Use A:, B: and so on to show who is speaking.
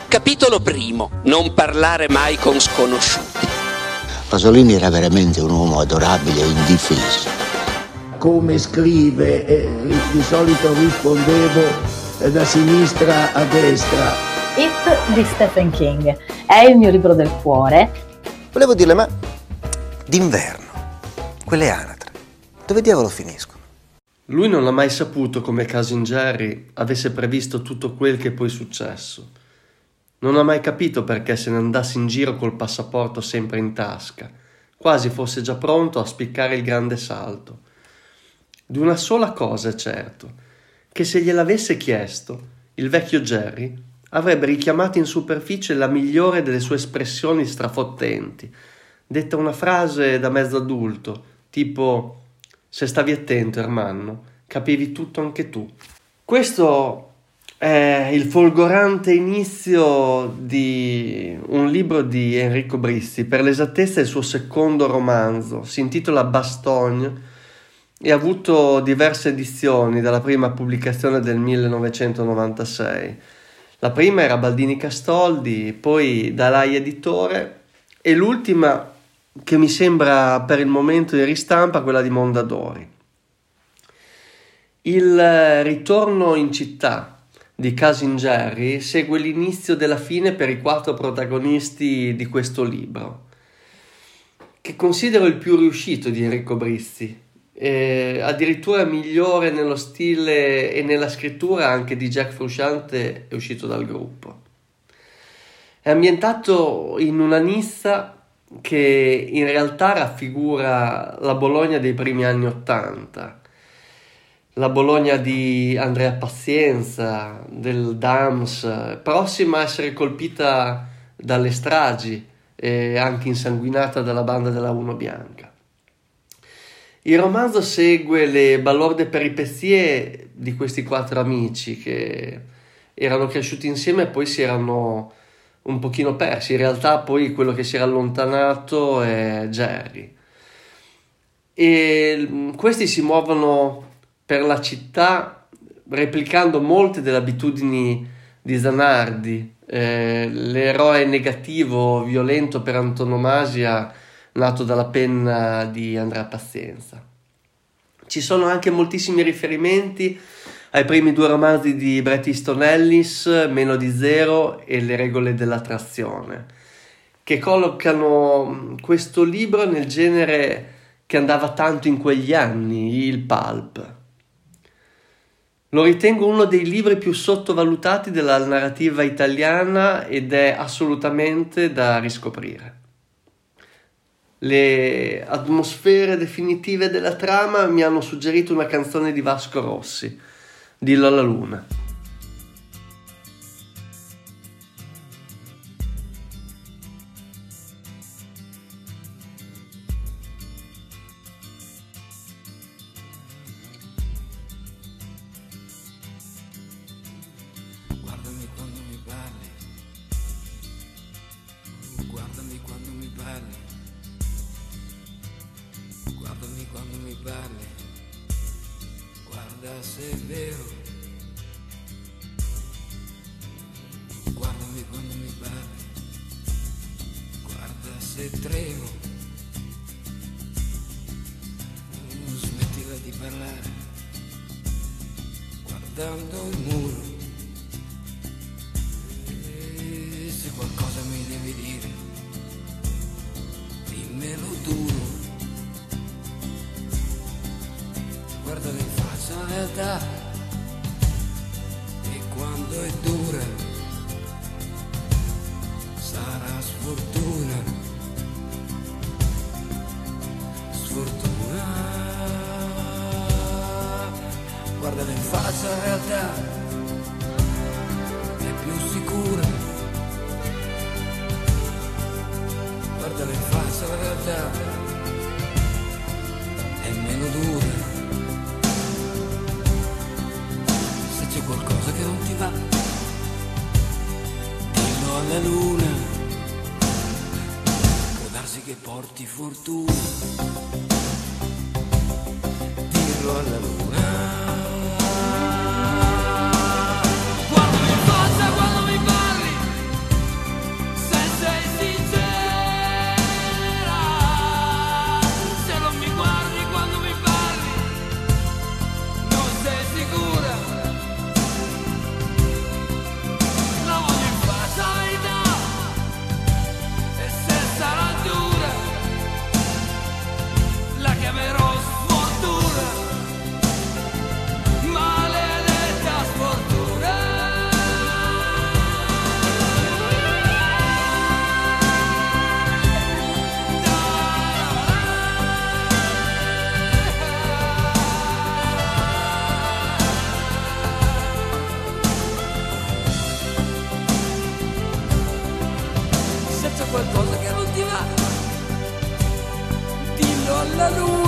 A: Capitolo primo. Non parlare mai con sconosciuti.
B: Pasolini era veramente un uomo adorabile e indifeso.
C: Come scrive, di solito rispondevo da sinistra a destra.
D: It di Stephen King è il mio libro del cuore.
E: Volevo dirle, ma d'inverno, quelle anatre, dove diavolo finiscono?
F: Lui non ha mai saputo come Cousin Jerry avesse previsto tutto quel che è poi successo. Non ha mai capito perché se ne andasse in giro col passaporto sempre in tasca, quasi fosse già pronto a spiccare il grande salto. Di una sola cosa è certo, che se gliel'avesse chiesto, il vecchio Jerry avrebbe richiamato in superficie la migliore delle sue espressioni strafottenti, detta una frase da mezzo adulto, tipo «Se stavi attento, Ermanno, capivi tutto anche tu». Questo è il folgorante inizio di un libro di Enrico Bristi, per l'esattezza il suo secondo romanzo, si intitola Bastogne e ha avuto diverse edizioni dalla prima pubblicazione del 1996. La prima era Baldini Castoldi, poi Dalai Editore e l'ultima, che mi sembra per il momento in ristampa, quella di Mondadori. Il ritorno in città di Cousin Jerry segue l'inizio della fine per i 4 protagonisti di questo libro, che considero il più riuscito di Enrico Bristi, addirittura migliore nello stile e nella scrittura anche di Jack Frusciante, è uscito dal gruppo. È ambientato in una Nizza che in realtà raffigura la Bologna dei primi anni '80, la Bologna di Andrea Pazienza, del Dams, prossima a essere colpita dalle stragi e anche insanguinata dalla banda della Uno Bianca. Il romanzo segue le balorde peripezie di questi 4 amici che erano cresciuti insieme e poi si erano un pochino persi. In realtà poi quello che si era allontanato è Jerry. E questi si muovono per la città replicando molte delle abitudini di Zanardi, l'eroe negativo, violento per antonomasia, nato dalla penna di Andrea Pazienza. Ci sono anche moltissimi riferimenti ai primi 2 romanzi di Bret Easton Ellis, Meno di Zero e Le regole dell'attrazione, che collocano questo libro nel genere che andava tanto in quegli anni, il pulp. Lo ritengo uno dei libri più sottovalutati della narrativa italiana ed è assolutamente da riscoprire. Le atmosfere definitive della trama mi hanno suggerito una canzone di Vasco Rossi, Dillo alla luna.
G: Guardami quando mi parli, guardami quando mi parli, guardami quando mi parli, guarda se è vero, guardami quando mi parli, guarda se tremo, smettila di parlare, guardando il muro. Se qualcosa mi devi dire, dimmelo duro. Guardala in faccia la realtà, e quando è dura sarà sfortuna, sfortuna. Guardala in faccia la realtà, è più sicura. Guardala in faccia la realtà, è meno dura. Se c'è qualcosa che non ti va, dillo alla luna, può darsi che porti fortuna. Dillo alla luna. Guardami in faccia quando mi parli, qualcosa che non ti va, dillo alla luna.